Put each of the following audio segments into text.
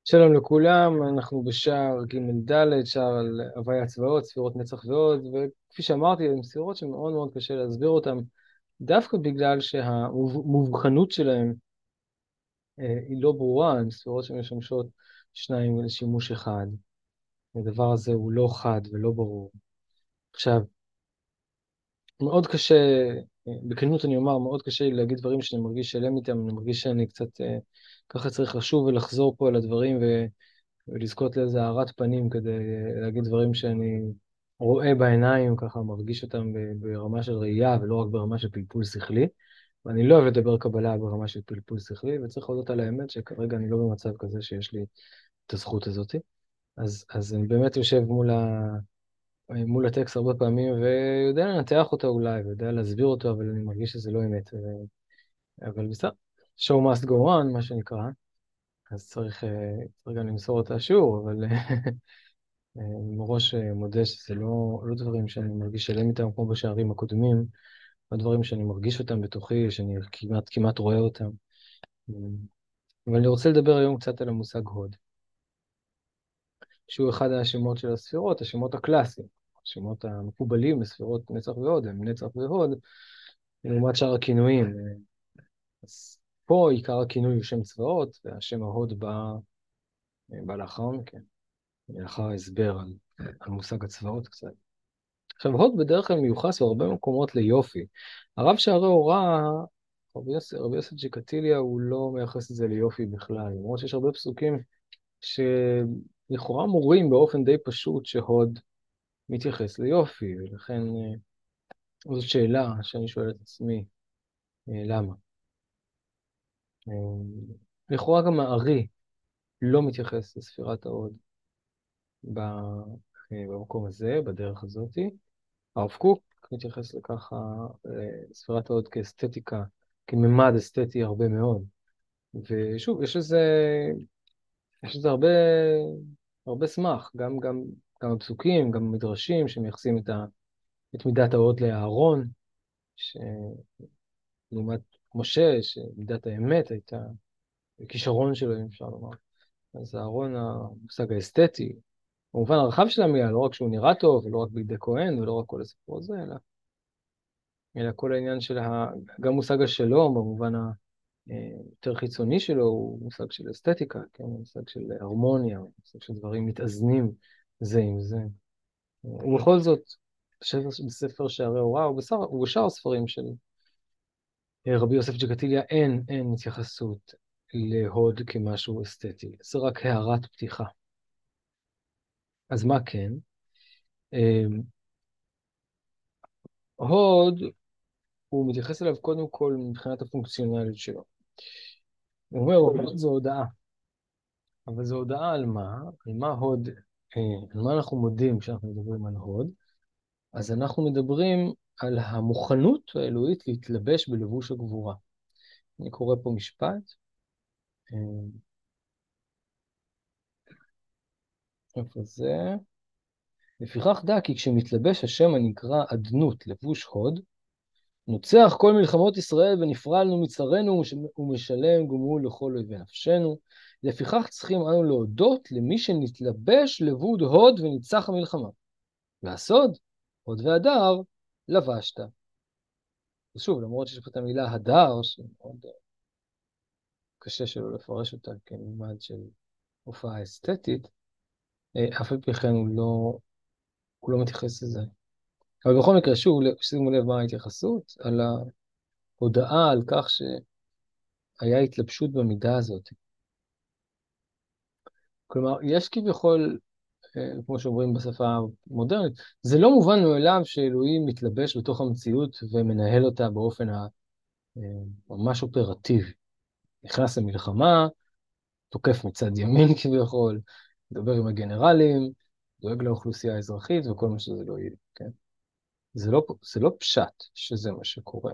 שלום לכולם, אנחנו בשער ג' ד', שער על הוויה צבאות, ספירות נצח ועוד, וכפי שאמרתי, הן ספירות שמאוד מאוד קשה להסביר אותן, דווקא בגלל שהמובחנות שלהן היא לא ברורה, הן ספירות שמשמשות שניים לשימוש אחד. הדבר הזה הוא לא חד ולא ברור. עכשיו, מאוד קשה, בכנות אני אומר, מאוד קשה לי להגיד דברים שאני מרגיש שלם איתם, אני מרגיש שאני קצת ככה צריך לשוב ולחזור פה על הדברים ולזכות לאיזה הארת פנים כדי להגיד דברים שאני רואה בעיניים, ככה מרגיש אותם ברמה של ראייה ולא רק ברמה של פלפול שכלי. ואני לא אוהב לדבר קבלה ברמה של פלפול שכלי, וצריך להודות על האמת שכרגע אני לא במצב כזה שיש לי את הזכות הזאת. אז אני באמת יושב מול הטקסט הרבה פעמים ויודע לנתח אותו אולי, ויודע להסביר אותו, אבל אני מרגיש שזה לא אמת. אבל בסדר, show must go on, מה שנקרא. אז צריך גם למסור את השיעור, אבל מראש מודה שזה לא דברים שאני מרגיש שלם איתם כמו בשערים הקודמים, לא דברים שאני מרגיש אותם בתוכי, שאני כמעט רואה אותם. אבל אני רוצה לדבר היום קצת על המושג הוד, שהוא אחד השמות של הספירות, השמות הקלאסיים, השמות המקובלים בספירות נצח והוד, הם נצח והוד, לעומת שאר הכינויים. אז פה עיקר הכינוי הוא שם צבאות, והשם ההוד בא לאחר מכן, לאחר ההסבר על מושג הצבאות קצת. עכשיו, הוד בדרך כלל מיוחס בהרבה מקומות ליופי. הרב שערי הוראה, רבי יוסף ג'קטיליה, הוא לא מייחס את זה ליופי בכלל. למרות שיש הרבה פסוקים שלכאורה מורים באופן די פשוט שהוד מתייחס ליופי, ולכן זאת שאלה שאני שואל את עצמי, למה? אה, לכאורה גם הארי לא מתייחס לספירת ההוד ב- במקום הזה, בדרך הזאתי. הרב קוק מתייחס לככה, ספירת ההוד כאסתטיקה, כממד אסתטי הרבה מאוד. ושוב, יש לזה הרבה סמך, גם הפסוקים, גם המדרשים שמייחסים את מידת ההוד לאהרון, לעומת משה, שמידת האמת הייתה הכישרון שלו, אם אפשר לומר. אז אהרון, המושג האסתטי, במובן הרחב של המילה, לא רק שהוא נראה טוב, ולא רק בידי כהן, ולא רק כל הסיפור הזה, אלא כל העניין גם מושג השלום, במובן היותר חיצוני שלו, הוא מושג של אסתטיקה, כן? הוא מושג של הרמוניה, הוא מושג של דברים מתאזנים זה עם זה. ובכל זאת, בספר שערי הוראה, ובשאר הספרים של רבי יוסף ג'קטיליה, אין התייחסות להוד כמשהו אסתטי. זה רק הערת פתיחה. אז מה כן? הוד, הוא מתייחס אליו קודם כל מבחינת הפונקציונליות שלו. הוא אומר, הוד זו הודעה. אבל זו הודעה על מה? על מה הוד, על מה אנחנו מודים כשאנחנו מדברים על הוד? אז אנחנו מדברים על המוכנות האלוהית להתלבש בלבוש הגבורה. אני קורא פה משפט. אה, איפה זה? לפיכך דע כי כשמתלבש השם הנקרא אדנות לבוש הוד, נוצח כל מלחמות ישראל ונפרענו מצרינו ומשלם גמול לכל אויבי נפשנו. לפיכך צריכים אנו להודות למי שנתלבש לבוד הוד וניצח המלחמה. והסוד, הוד והדר, לבשת. ושוב, למרות שיש פה את המילה הדר, שמאוד קשה שלא לפרש אותה כמימד של הופעה אסתטית, אף על פי כן הוא לא מתייחס לזה. אבל בכל מקרה, שוב, שימו לב מה ההתייחסות, על ההודעה על כך שהיה התלבשות במידה הזאת. כלומר, יש כביכול, כמו שאומרים בשפה המודרנית, זה לא מובן מאליו שאלוהים מתלבש בתוך המציאות ומנהל אותה באופן ממש אופרטיבי. נכנס למלחמה, תוקף מצד ימין כביכול, מדבר עם הגנרלים, דואג לאוכלוסייה האזרחית וכל מה שזה לא יהיה, כן? זה לא פשט שזה מה שקורה.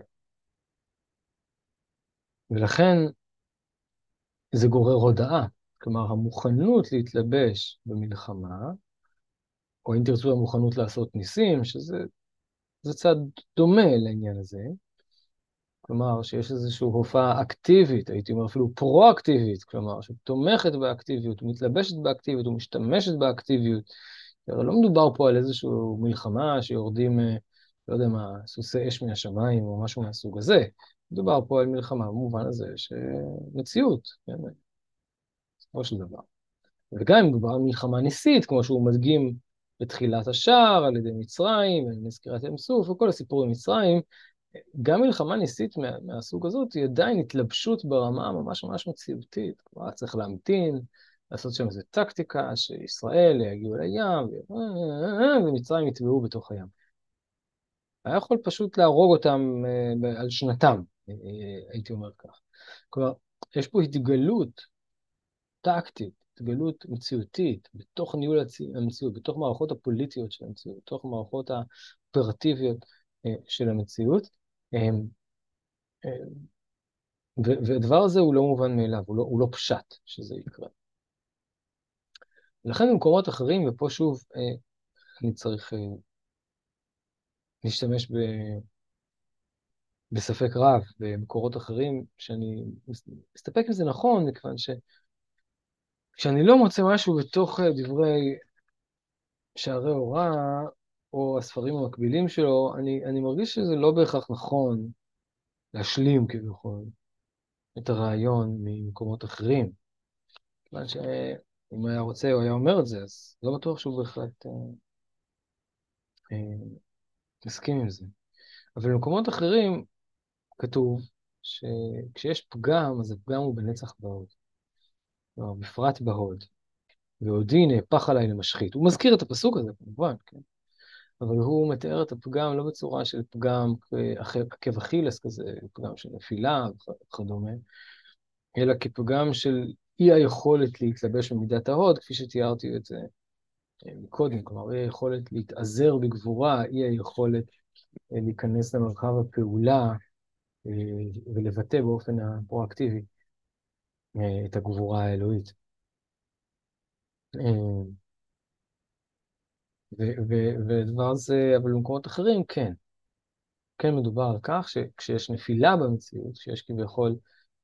ולכן זה גורר הודעה. כלומר, המוכנות להתלבש במלחמה, או אם תרצו המוכנות לעשות ניסים, שזה צד דומה לעניין הזה, כלומר, שיש איזושהי הופעה אקטיבית, הייתי אומר אפילו פרו-אקטיבית, כלומר, שתומכת באקטיביות, מתלבשת באקטיביות ומשתמשת באקטיביות. הרי לא מדובר פה על איזושהי מלחמה שיורדים, לא יודע מה, סוסי אש מהשמיים או משהו מהסוג הזה. מדובר פה על מלחמה במובן הזה שמציאות, כן, בסופו של דבר. וגם אם מדובר על מלחמה ניסית, כמו שהוא מדגים בתחילת השער, על ידי מצרים, על ידי סקירת ים סוף, וכל הסיפור עם מצרים, גם מלחמה ניסית מהסוג הזאת היא עדיין התלבשות ברמה ממש ממש מציאותית. כלומר, צריך להמתין, לעשות שם איזו טקטיקה, שישראל יגיעו לים, ומצרים יטבעו בתוך הים. היה יכול פשוט להרוג אותם על שנתם, הייתי אומר כך. כלומר, יש פה התגלות טקטית, התגלות מציאותית, בתוך ניהול המציאות, בתוך מערכות הפוליטיות של המציאות, בתוך מערכות האופרטיביות של המציאות. והדבר הזה הוא לא מובן מאליו, הוא לא פשט שזה יקרה. ולכן במקומות אחרים, ופה שוב אני צריך להשתמש בספק רב במקורות אחרים, שאני מסתפק אם זה נכון, מכיוון כשאני לא מוצא משהו בתוך דברי שערי הוראה, או הספרים המקבילים שלו, אני מרגיש שזה לא בהכרח נכון להשלים כביכול את הרעיון ממקומות אחרים. כיוון שאם היה רוצה, הוא היה אומר את זה, אז לא בטוח שהוא בהחלט אה, מסכים עם זה. אבל במקומות אחרים כתוב שכשיש פגם, אז הפגם הוא בנצח בהוד. כלומר, בפרט בהוד. והודי נהפך עליי למשחית. הוא מזכיר את הפסוק הזה, כמובן, כן? אבל הוא מתאר את הפגם לא בצורה של פגם עקב אכילס כזה, פגם של נפילה וכדומה, אלא כפגם של אי היכולת להתלבש במידת ההוד, כפי שתיארתי את זה מקודם, כלומר, אי היכולת להתעזר בגבורה, אי היכולת להיכנס למרחב הפעולה ולבטא באופן הפרואקטיבי את הגבורה האלוהית. ודבר זה, אבל במקומות אחרים, כן. כן מדובר על כך שכשיש נפילה במציאות, כשיש כביכול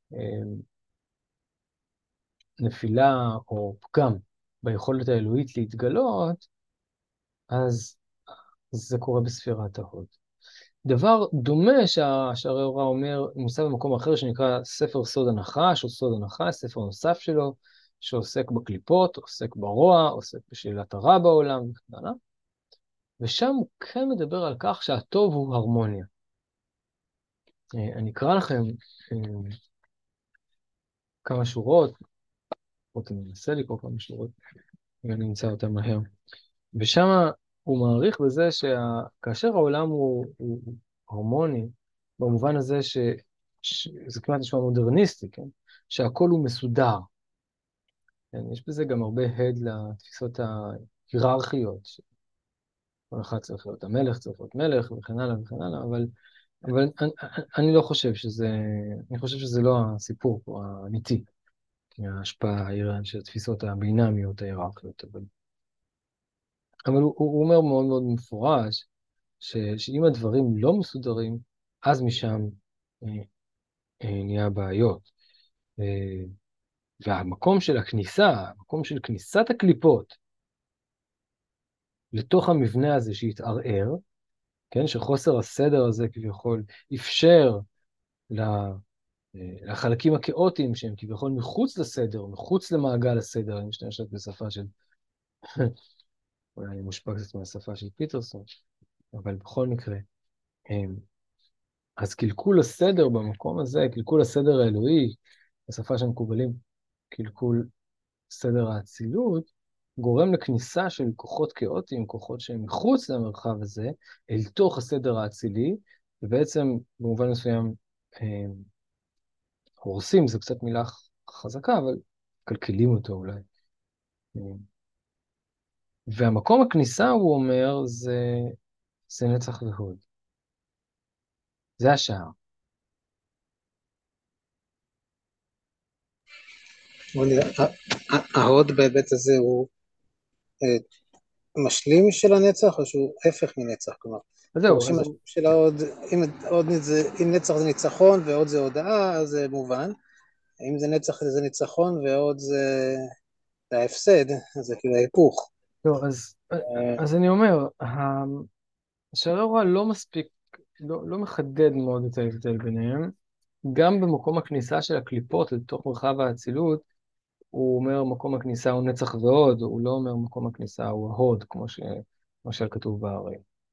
נפילה או פגם ביכולת האלוהית להתגלות, אז זה קורה בספירת ההוד. דבר דומה שהשערי הוראה אומר, נמצא במקום אחר שנקרא ספר סוד הנחש, או סוד הנחש, ספר נוסף שלו, שעוסק בקליפות, עוסק ברוע, עוסק בשאלת הרע בעולם וכן הלאה. ושם הוא כן מדבר על כך שהטוב הוא הרמוניה. אני אקרא לכם כמה שורות, או אני מנסה לקרוא כמה שורות, ואני אמצא אותם מהר. ושם הוא מעריך בזה שכאשר העולם הוא הרמוני, במובן הזה שזה כמעט נשמע מודרניסטי, כן? שהכל הוא מסודר. כן? יש בזה גם הרבה הד לתפיסות ההיררכיות, שכל אחד צריך להיות המלך, צריך להיות מלך וכן הלאה וכן הלאה, אבל אני לא חושב אני חושב שזה לא הסיפור פה האמיתי, ההשפעה של התפיסות הבינמיות ההיררכיות, אבל הוא אומר מאוד מאוד מפורש, שאם הדברים לא מסודרים, אז משם נהיה בעיות. והמקום של הכניסה, המקום של כניסת הקליפות לתוך המבנה הזה שהתערער, כן, שחוסר הסדר הזה כביכול אפשר לחלקים הכאוטיים שהם כביכול מחוץ לסדר, מחוץ למעגל הסדר, אני משתמשת בשפה של, אולי אני מושפע קצת מהשפה של פיטרסון, אבל בכל מקרה, אז קלקול הסדר במקום הזה, קלקול הסדר האלוהי, בשפה שמקובלים, קלקול סדר האצילות, גורם לכניסה של כוחות כאוטיים, כוחות שהם מחוץ למרחב הזה, אל תוך הסדר האצילי, ובעצם במובן מסוים הורסים, זו קצת מילה חזקה, אבל קלקלים אותו אולי. והמקום הכניסה, הוא אומר, זה נצח והוד. זה השער. ההוד בהיבט הזה הוא משלים של הנצח, או שהוא הפך מנצח? כלומר, אז זהו, פירושים של העוד, אם נצח זה ניצחון ועוד זה הודאה, אז זה מובן. אם זה נצח זה ניצחון ועוד זה ההפסד, אז זה כאילו ההיפוך. לא, אז אני אומר, שערי הוראה לא מספיק, לא מחדד מאוד את ההבדל ביניהם. גם במקום הכניסה של הקליפות לתוך מרחב האצילות, הוא אומר מקום הכניסה הוא נצח והוד, הוא לא אומר מקום הכניסה הוא ההוד, כמו שלמשל כתוב בהרי.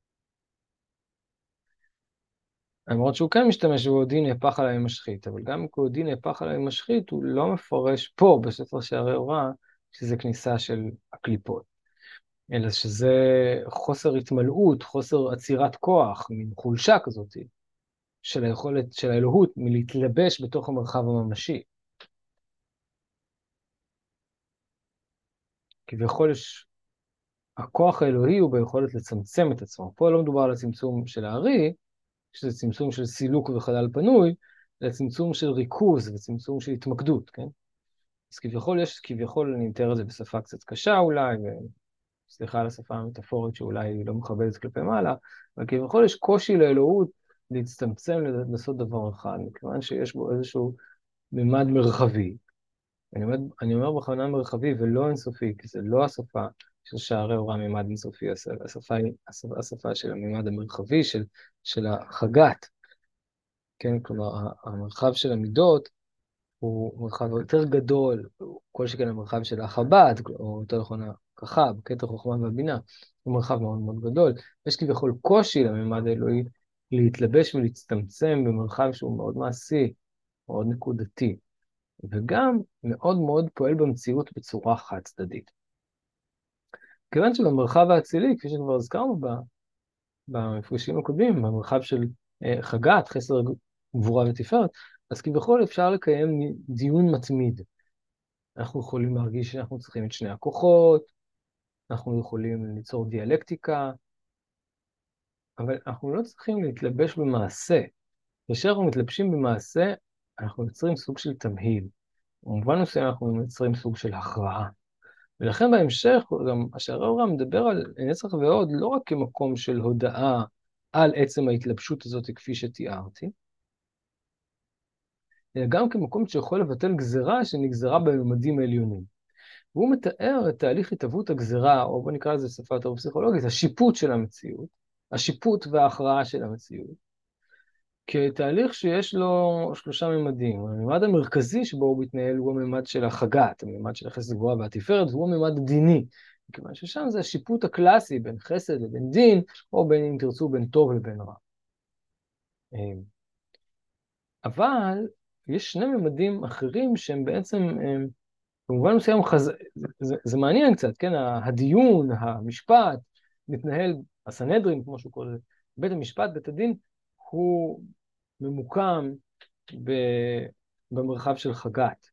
למרות שהוא כן משתמש ב"עודי נהפך עליי משחית", אבל גם כעודי נהפך עליי משחית, הוא לא מפרש פה, בספר שערי הוראה, שזה כניסה של הקליפות, אלא שזה חוסר התמלאות, חוסר עצירת כוח, מין חולשה כזאת, של היכולת של האלוהות מלהתלבש בתוך המרחב הממשי. כביכול הכוח האלוהי הוא ביכולת לצמצם את עצמו. פה לא מדובר על הצמצום של הארי, שזה צמצום של סילוק וחלל פנוי, אלא צמצום של ריכוז וצמצום של התמקדות, כן? אז כביכול אני מתאר את זה בשפה קצת קשה אולי, וסליחה על השפה המטאפורית שאולי היא לא מכבדת כלפי מעלה, אבל כביכול יש קושי לאלוהות להצטמצם לעשות דבר אחד, מכיוון שיש בו איזשהו ממד מרחבי. אני אומר בכוונה מרחבי ולא אינסופי, כי זה לא השפה של שערי הוראה ממד אינסופי, השפה היא השפה של הממד המרחבי, של החגת, כן? כלומר, המרחב של המידות הוא מרחב יותר גדול, כל שכן המרחב של החב"ד, או יותר נכון הכחב, כתר חוכמה והבינה, הוא מרחב מאוד מאוד גדול. יש כביכול קושי לממד האלוהי להתלבש ולהצטמצם במרחב שהוא מאוד מעשי, מאוד נקודתי. וגם מאוד מאוד פועל במציאות בצורה חד צדדית. כיוון שבמרחב האצילי, כפי שכבר הזכרנו במפגשים הקודמים, במרחב של חגת, חסר, גבורה ותפארת, אז כביכול אפשר לקיים דיון מתמיד. אנחנו יכולים להרגיש שאנחנו צריכים את שני הכוחות, אנחנו יכולים ליצור דיאלקטיקה, אבל אנחנו לא צריכים להתלבש במעשה. כאשר אנחנו מתלבשים במעשה, אנחנו יוצרים סוג של תמהיל. במובן מסוים אנחנו יוצרים סוג של הכרעה. ולכן בהמשך, גם השערי הוראה מדבר על נצח והוד לא רק כמקום של הודאה על עצם ההתלבשות הזאת כפי שתיארתי, אלא גם כמקום שיכול לבטל גזרה שנגזרה בממדים העליונים. והוא מתאר את תהליך התהוות הגזרה, או בוא נקרא לזה שפה יותר פסיכולוגית, השיפוט של המציאות, השיפוט וההכרעה של המציאות, כתהליך שיש לו שלושה ממדים. הממד המרכזי שבו הוא מתנהל הוא הממד של החגת, הממד של החסד גבוהה והתפארת, והוא הממד הדיני, מכיוון ששם זה השיפוט הקלאסי בין חסד לבין דין, או בין, אם תרצו, בין טוב לבין רע. אבל יש שני ממדים אחרים שהם בעצם, במובן מסוים, זה מעניין קצת, כן? הדיון, המשפט, מתנהל, הסנהדרין, כמו שהוא קורא לזה, בית המשפט, בית הדין, הוא ממוקם במרחב של חגת.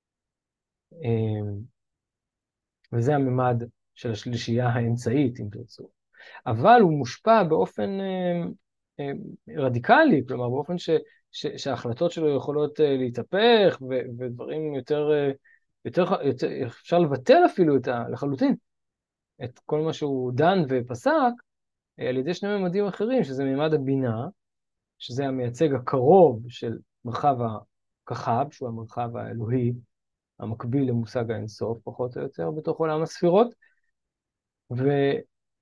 וזה הממד של השלישייה האמצעית, אם תרצו. אבל הוא מושפע באופן רדיקלי, כלומר, באופן שההחלטות שלו יכולות להתהפך, ודברים יותר, אפשר לבטל אפילו לחלוטין, את כל מה שהוא דן ופסק, על ידי שני ממדים אחרים, שזה ממד הבינה, שזה המייצג הקרוב של מרחב הכחב, שהוא המרחב האלוהי, המקביל למושג האינסוף, פחות או יותר, בתוך עולם הספירות, ולא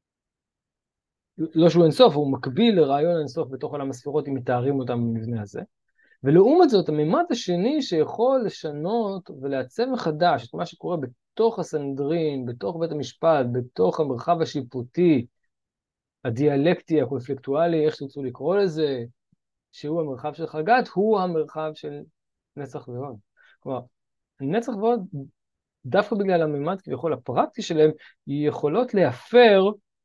שהוא אינסוף, הוא מקביל לרעיון האינסוף בתוך עולם הספירות, אם מתארים אותם במבנה הזה. ולעומת זאת, הממד השני שיכול לשנות ולעצב מחדש את מה שקורה בתוך הסנהדרין, בתוך בית המשפט, בתוך המרחב השיפוטי, הדיאלקטי, הקונפליקטואלי, איך שתרצו לקרוא לזה, שהוא המרחב של חגת, הוא המרחב של נצח והוד. כלומר, נצח והוד, דווקא בגלל הממד כביכול הפרקטי שלהם, יכולות להפר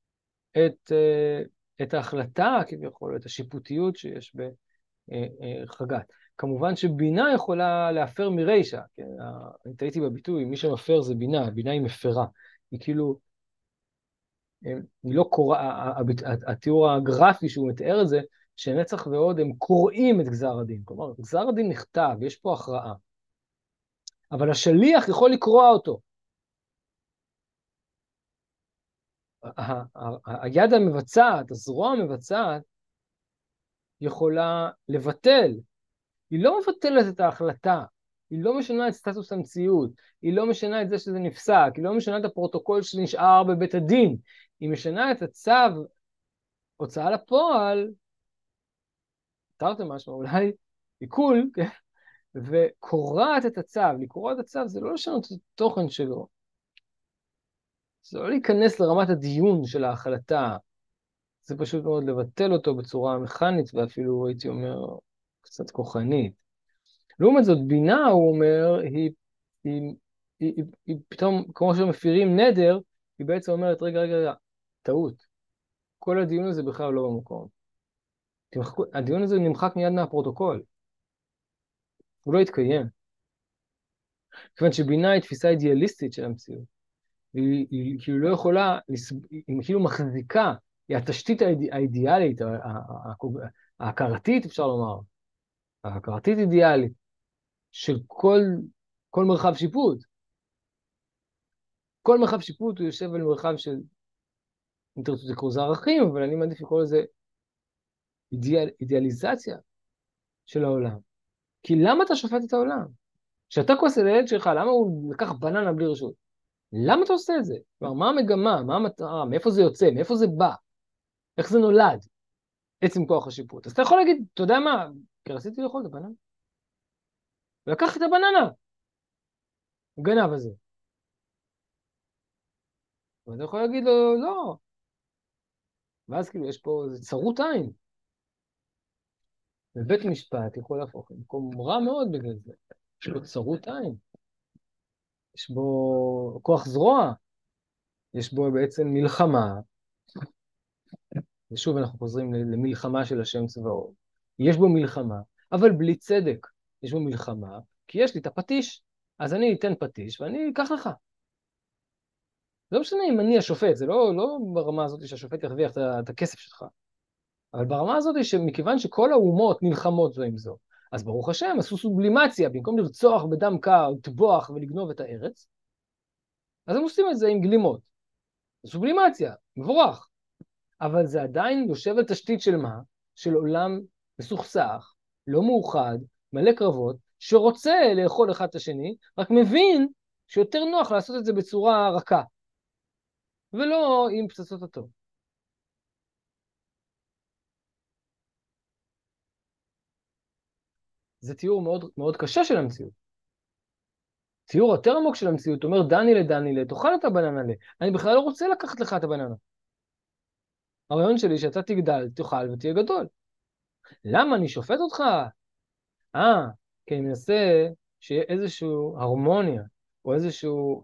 את ההחלטה כביכול, את השיפוטיות שיש בחגת. כמובן שבינה יכולה להפר מרישה, כן? אני טעיתי בביטוי, מי שמפר זה בינה, בינה היא מפרה. היא כאילו, היא לא קוראה, התיאור הגרפי שהוא מתאר את זה, שנצח והוד הם קוראים את גזר הדין. כלומר, גזר הדין נכתב, יש פה הכרעה. אבל השליח יכול לקרוא אותו. היד המבצעת, הזרוע המבצעת, יכולה לבטל. היא לא מבטלת את ההחלטה, היא לא משנה את סטטוס המציאות, היא לא משנה את זה שזה נפסק, היא לא משנה את הפרוטוקול שנשאר בבית הדין, היא משנה את הצו, הוצאה לפועל, תרתי משמע, אולי עיכול, כן? וקורעת את הצו. לקרוע את הצו זה לא לשנות את התוכן שלו, זה לא להיכנס לרמת הדיון של ההחלטה, זה פשוט מאוד לבטל אותו בצורה מכנית, ואפילו הייתי אומר קצת כוחנית. לעומת זאת, בינה, הוא אומר, היא פתאום, כמו שמפירים נדר, היא בעצם אומרת, רגע, טעות. כל הדיון הזה בכלל לא במקום. הדיון הזה נמחק מיד מהפרוטוקול. הוא לא יתקיים. כיוון שבינה היא תפיסה אידיאליסטית של המציאות. היא כאילו לא יכולה, היא כאילו מחזיקה, היא התשתית האידיאלית, ההכרתית, אפשר לומר, ההכרתית אידיאלית, של כל מרחב שיפוט. כל מרחב שיפוט הוא יושב על מרחב של, אם תרצו תקראו זה ערכים, אבל אני מעדיף לקרוא לזה אידיאליזציה של העולם. כי למה אתה שופט את העולם? כשאתה כועס על הילד שלך, למה הוא לקח בננה בלי רשות? למה אתה עושה את זה? כלומר, מה המגמה? מה המטרה? מאיפה זה יוצא? מאיפה זה בא? איך זה נולד? עצם כוח השיפוט. אז אתה יכול להגיד, אתה יודע מה? כי רציתי לאכול את הבננה. ולקח את הבננה. הוא גנב הזה. ואתה יכול להגיד לו, לא. ואז כאילו יש פה צרות עין. ובית משפט יכול להפוך למקום רע מאוד בגלל זה. יש בו צרות עין. יש בו כוח זרוע. יש בו בעצם מלחמה. ושוב אנחנו חוזרים למלחמה של השם צבאות. יש בו מלחמה, אבל בלי צדק. יש בו מלחמה, כי יש לי את הפטיש. אז אני אתן פטיש ואני אקח לך. לא משנה אם אני השופט, זה לא ברמה הזאת שהשופט ירוויח את הכסף שלך. אבל ברמה הזאת שמכיוון שכל האומות נלחמות זו עם זו, אז ברוך השם עשו סובלימציה, במקום לרצוח בדם קר, לטבוח ולגנוב את הארץ, אז הם עושים את זה עם גלימות. סובלימציה, מבורך. אבל זה עדיין יושב על תשתית של מה? של עולם מסוכסך, לא מאוחד, מלא קרבות, שרוצה לאכול אחד את השני, רק מבין שיותר נוח לעשות את זה בצורה רכה, ולא עם פצצות אטום. זה תיאור מאוד, מאוד קשה של המציאות. תיאור יותר עמוק של המציאות, אומר דניאל, תאכל את הבננה, אני בכלל לא רוצה לקחת לך את הבננה. הרעיון שלי שאתה תגדל, תאכל ותהיה גדול. למה אני שופט אותך? כי אני מנסה שיהיה איזשהו הרמוניה, או איזשהו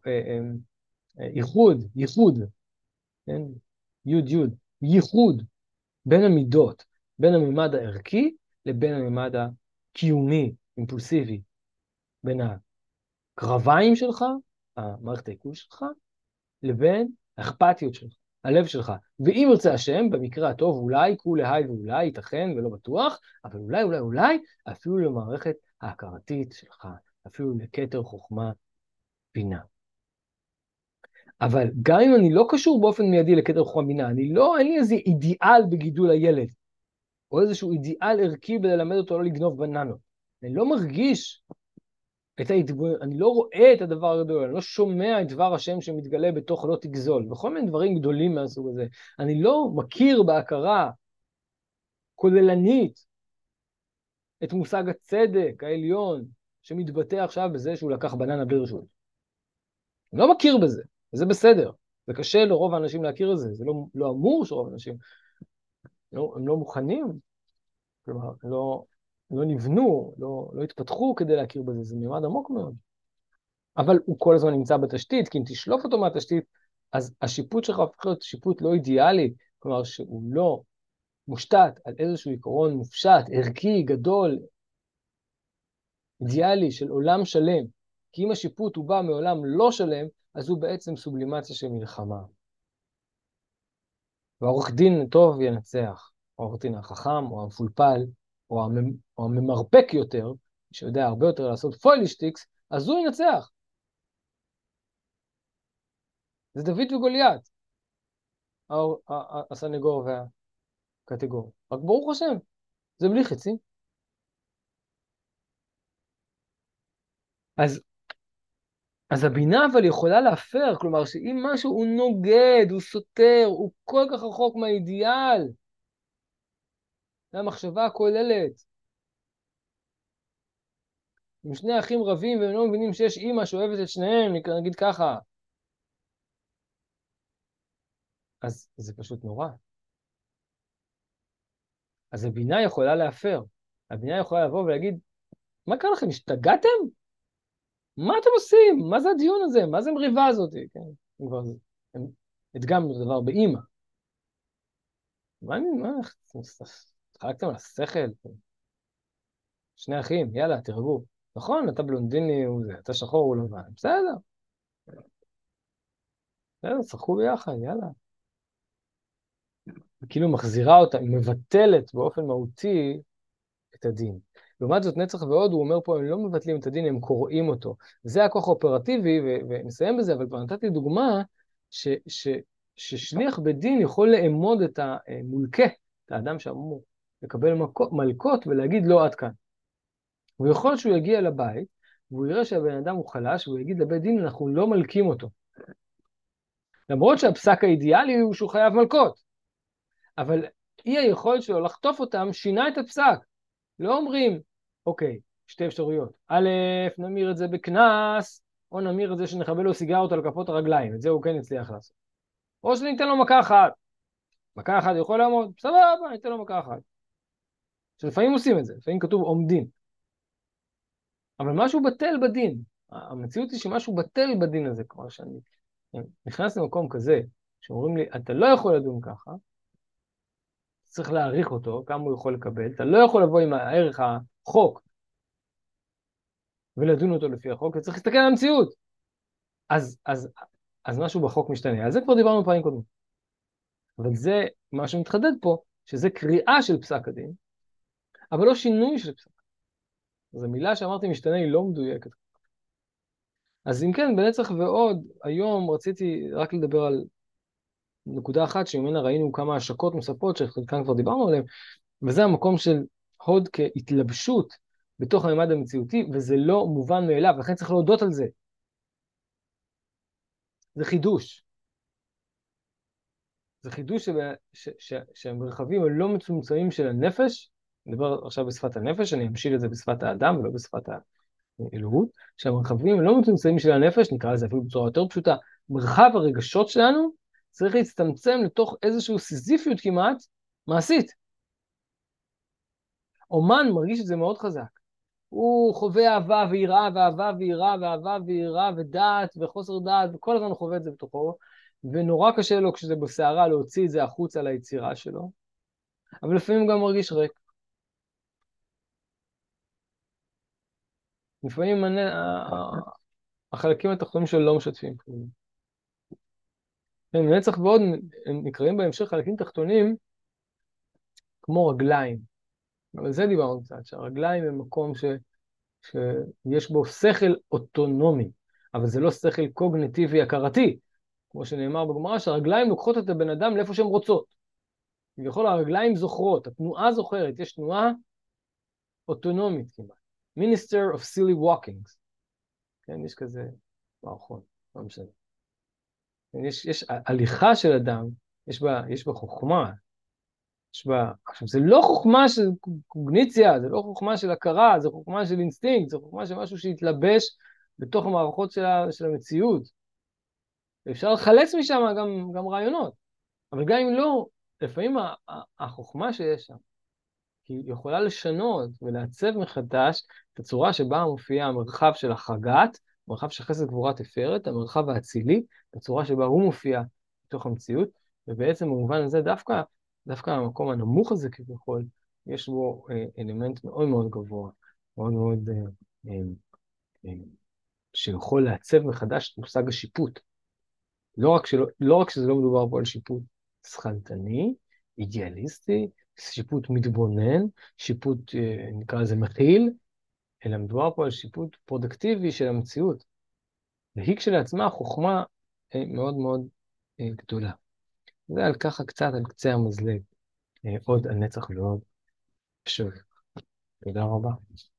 ייחוד, כן? ייחוד בין המידות, בין הממד הערכי לבין הממד הקיומי, אימפולסיבי, בין הקרביים שלך, המערכת העיכול שלך, לבין האכפתיות שלך, הלב שלך. ואם ירצה השם, במקרה הטוב, אולי כולי ואולי ייתכן ולא בטוח, אבל אולי, אפילו למערכת ההכרתית שלך, אפילו לכתר חוכמה בינה. אבל גם אם אני לא קשור באופן מיידי לכתר חוכמה בינה, אין לי איזה אידיאל בגידול הילד, או איזשהו אידיאל ערכי בללמד אותו לא לגנוב בננות. אני לא מרגיש אני לא רואה את הדבר הגדול, אני לא שומע את דבר השם שמתגלה בתוך לא תגזול, וכל מיני דברים גדולים מהסוג הזה. אני לא מכיר בהכרה כוללנית את מושג הצדק העליון, שמתבטא עכשיו בזה שהוא לקח בננה בלי רשות. אני לא מכיר בזה, וזה בסדר. זה קשה לרוב האנשים להכיר את זה, זה לא אמור שרוב האנשים, הם לא מוכנים, כלומר, לא נבנו, לא התפתחו כדי להכיר בזה, זה מימד עמוק מאוד. אבל הוא כל הזמן נמצא בתשתית, כי אם תשלוף אותו מהתשתית, אז השיפוט שלך הופך להיות שיפוט לא אידיאלי, כלומר שהוא לא מושתת על איזשהו עיקרון מופשט, ערכי, גדול, אידיאלי של עולם שלם. כי אם השיפוט הוא בא מעולם לא שלם, אז הוא בעצם סובלימציה של מלחמה. והעורך דין טוב ינצח, העורך דין החכם או המפולפל, או הממרפק יותר, שיודע הרבה יותר לעשות פוילשטיקס, אז הוא ינצח. זה דוד וגוליית. הסנגור והקטגור. רק ברוך השם, זה בלי חצים. אז הבינה אבל יכולה להפר, כלומר שאם משהו הוא נוגד, הוא סותר, הוא כל כך רחוק מהאידיאל, מהמחשבה הכוללת. אם שני אחים רבים והם לא מבינים שיש אימא שאוהבת את שניהם, נגיד ככה, אז זה פשוט נורא. אז הבינה יכולה להפר. הבינה יכולה לבוא ולהגיד, מה קרה לכם, השתגעתם? מה אתם עושים? מה זה הדיון הזה? מה זה המריבה הזאת? כן, הם הדגמנו את הדבר באימא. מה, חלקתם על השכל? שני אחים, יאללה, תרגעו. נכון, אתה בלונדיני, אתה שחור, הוא לבן. בסדר, צחקו ביחד, יאללה. כאילו מחזירה אותה, היא מבטלת באופן מהותי את הדין. לעומת זאת, נצח ועוד, הוא אומר פה, הם לא מבטלים את הדין, הם קוראים אותו. זה הכוח האופרטיבי, ונסיים בזה, אבל כבר נתתי דוגמה, ששליח בדין יכול לאמוד את המולכה, את האדם שאמור לקבל מלכות, ולהגיד לו עד כאן. הוא יכול שהוא יגיע לבית, והוא יראה שהבן אדם הוא חלש, והוא יגיד לבית דין, אנחנו לא מלכים אותו. למרות שהפסק האידיאלי הוא שהוא חייב מלכות. אבל אי היכולת שלו לחטוף אותם שינה את הפסק. לא אומרים, אוקיי, שתי אפשרויות. א', נמיר את זה בכנס, או נמיר את זה שנחבל לו סיגרות על כפות הרגליים. את זה הוא כן הצליח לעשות. או שניתן לו מכה אחת. מכה אחת הוא יכול לעמוד, סבבה, ניתן לו מכה אחת. שלפעמים עושים את זה, לפעמים כתוב עומדים. אבל משהו בטל בדין. המציאות היא שמשהו בטל בדין הזה, כמו שאני נכנס למקום כזה, שאומרים לי, אתה לא יכול לדון ככה, צריך להעריך אותו, כמה הוא יכול לקבל, אתה לא יכול לבוא עם הערך החוק, ולדון אותו לפי החוק, אתה צריך להסתכל על המציאות. אז משהו בחוק משתנה. על זה כבר דיברנו פעמים קודם. אבל זה מה שמתחדד פה, שזה קריאה של פסק הדין, אבל לא שינוי של פסק. אז המילה שאמרתי משתנה היא לא מדויקת. אז אם כן, בנצח ועוד, היום רציתי רק לדבר על נקודה אחת שממנה ראינו כמה השקות נוספות שחלקן כבר דיברנו עליהן, וזה המקום של הוד כהתלבשות בתוך הממד המציאותי, וזה לא מובן מאליו, לכן צריך להודות על זה. זה חידוש. זה חידוש שהמרחבים הלא מצומצמים של הנפש, נדבר עכשיו בשפת הנפש, אני אמשיל את זה בשפת האדם ולא בשפת האלוהות, שהמרחבים הלא מצומצמים של הנפש, נקרא לזה אפילו בצורה יותר פשוטה, מרחב הרגשות שלנו צריך להצטמצם לתוך איזושהי סיזיפיות כמעט מעשית. אומן מרגיש את זה מאוד חזק. הוא חווה אהבה ויראה ואהבה ויראה ואהבה ויראה ודעת וחוסר דעת, וכל הזמן הוא חווה את זה בתוכו, ונורא קשה לו כשזה בסערה להוציא את זה החוצה ליצירה שלו, אבל לפעמים הוא גם מרגיש ריק. לפעמים החלקים התחתונים שלו לא משתפים. נצח ועוד הם נקראים בהמשך חלקים תחתונים כמו רגליים. אבל זה דיברנו קצת, שהרגליים הם מקום שיש בו שכל אוטונומי, אבל זה לא שכל קוגניטיבי הכרתי, כמו שנאמר בגמרא, שהרגליים לוקחות את הבן אדם לאיפה שהן רוצות. כביכול הרגליים זוכרות, התנועה זוכרת, יש תנועה אוטונומית כמעט. Minister of Silly Walkings. כן, יש כזה מערכון, לא משנה. יש הליכה של אדם, יש בה חוכמה. עכשיו, זה לא חוכמה של קוגניציה, זה לא חוכמה של הכרה, זה חוכמה של אינסטינקט, זה חוכמה של משהו שהתלבש בתוך המערכות של המציאות. ואפשר לחלץ משם גם רעיונות. אבל גם אם לא, לפעמים החוכמה שיש שם, היא יכולה לשנות ולעצב מחדש את הצורה שבה מופיע המרחב של החגת, המרחב של חסד גבורה תפארת, המרחב האצילי, הצורה שבה הוא מופיע בתוך המציאות, ובעצם במובן הזה דווקא המקום הנמוך הזה כביכול, יש בו אלמנט מאוד מאוד גבוה, מאוד מאוד שיכול לעצב מחדש את מושג השיפוט. לא רק שזה לא מדובר פה על שיפוט שכלתני, אידיאליסטי, שיפוט מתבונן, שיפוט נקרא לזה מכיל, אלא מדובר פה על שיפוט פרודקטיבי של המציאות. והיא כשלעצמה חוכמה מאוד מאוד גדולה. זה על ככה קצת על קצה המזלג. עוד על נצח ועוד. שוב, תודה רבה.